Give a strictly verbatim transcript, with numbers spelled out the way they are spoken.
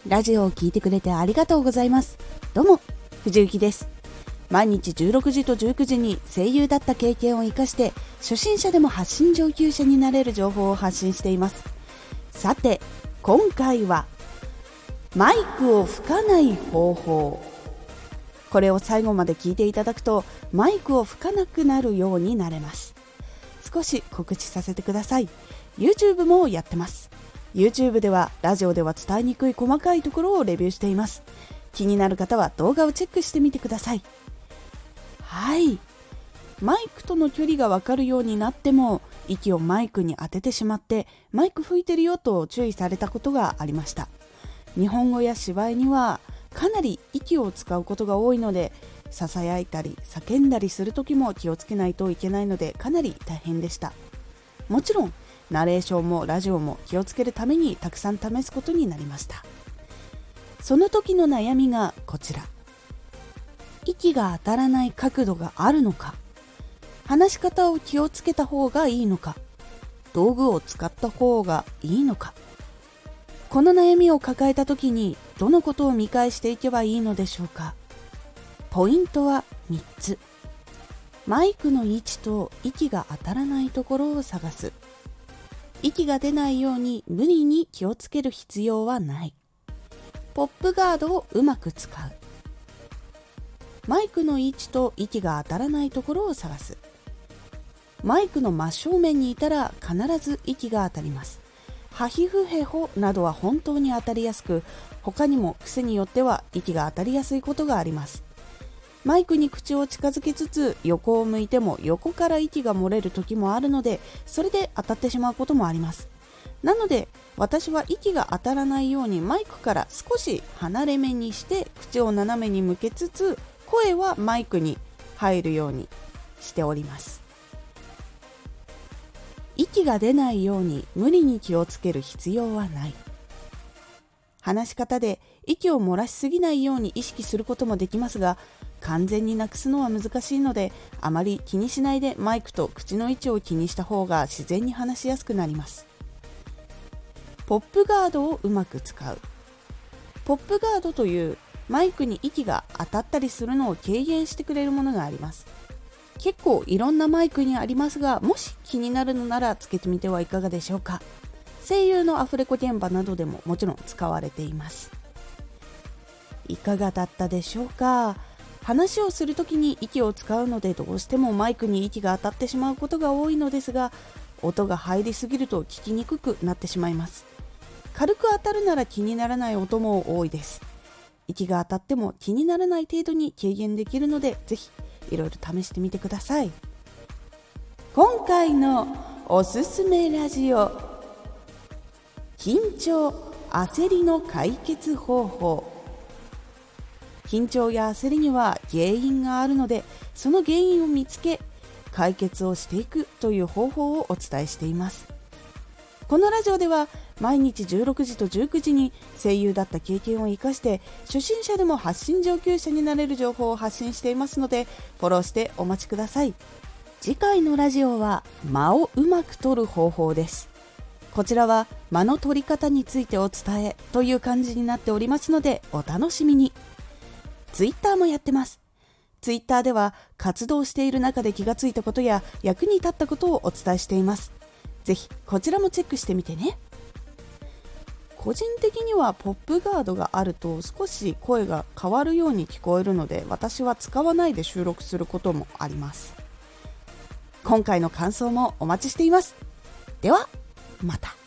ラジオを聞いてくれてありがとうございます。どうも藤幸です。毎日じゅうろくじとじゅうくじに声優だった経験を生かして初心者でも発信上級者になれる情報を発信しています。さて今回はマイクを吹かない方法、これを最後まで聞いていただくとマイクを吹かなくなるようになれます。少し告知させてください。 YouTube もやってます。 YouTube ではラジオでは伝えにくい細かいところをレビューしています。気になる方は動画をチェックしてみてください。はい、マイクとの距離が分かるようになっても息をマイクに当ててしまってマイク吹いてるよと注意されたことがありました。日本語や芝居にはかなり息を使うことが多いので、ささやいたり叫んだりする時も気をつけないといけないのでかなり大変でした。もちろんナレーションもラジオも気をつけるためにたくさん試すことになりました。その時の悩みがこちら。息が当たらない角度があるのか、話し方を気をつけた方がいいのか、道具を使った方がいいのか。この悩みを抱えた時にどのことを見返していけばいいのでしょうか。ポイントはみっつ。マイクの位置と息が当たらないところを探す。息が出ないように無理に気をつける必要はない。ポップガードをうまく使う。マイクの位置と息が当たらないところを探す。マイクの真正面にいたら必ず息が当たります。ハヒフヘホなどは本当に当たりやすく、他にも癖によっては息が当たりやすいことがあります。マイクに口を近づけつつ横を向いても横から息が漏れる時もあるので、それで当たってしまうこともあります。なので私は息が当たらないようにマイクから少し離れ目にして口を斜めに向けつつ、声はマイクに入るようにしております。息が出ないように無理に気をつける必要はない。話し方で息を漏らしすぎないように意識することもできますが、完全になくすのは難しいので、あまり気にしないでマイクと口の位置を気にした方が自然に話しやすくなります。ポップガードをうまく使う。ポップガードというマイクに息が当たったりするのを軽減してくれるものがあります。結構いろんなマイクにありますが、もし気になるのならつけてみてはいかがでしょうか。声優のアフレコ現場などでももちろん使われています。いかがだったでしょうか。話をするときに息を使うのでどうしてもマイクに息が当たってしまうことが多いのですが、音が入りすぎると聞きにくくなってしまいます。軽く当たるなら気にならない音も多いです。息が当たっても気にならない程度に軽減できるので、ぜひいろいろ試してみてください。今回のおすすめラジオ、緊張・焦りの解決方法。緊張や焦りには原因があるので、その原因を見つけ解決をしていくという方法をお伝えしています。このラジオでは毎日じゅうろくじとじゅうくじに声優だった経験を生かして初心者でも発信上級者になれる情報を発信していますので、フォローしてお待ちください。次回のラジオは間をうまく取る方法です。こちらは間の取り方についてお伝えという感じになっておりますのでお楽しみに。ツイッターもやってます。ツイッターでは活動している中で気がついたことや役に立ったことをお伝えしています。ぜひこちらもチェックしてみてね。個人的にはポップガードがあると少し声が変わるように聞こえるので、私は使わないで収録することもあります。今回の感想もお待ちしています。ではまた。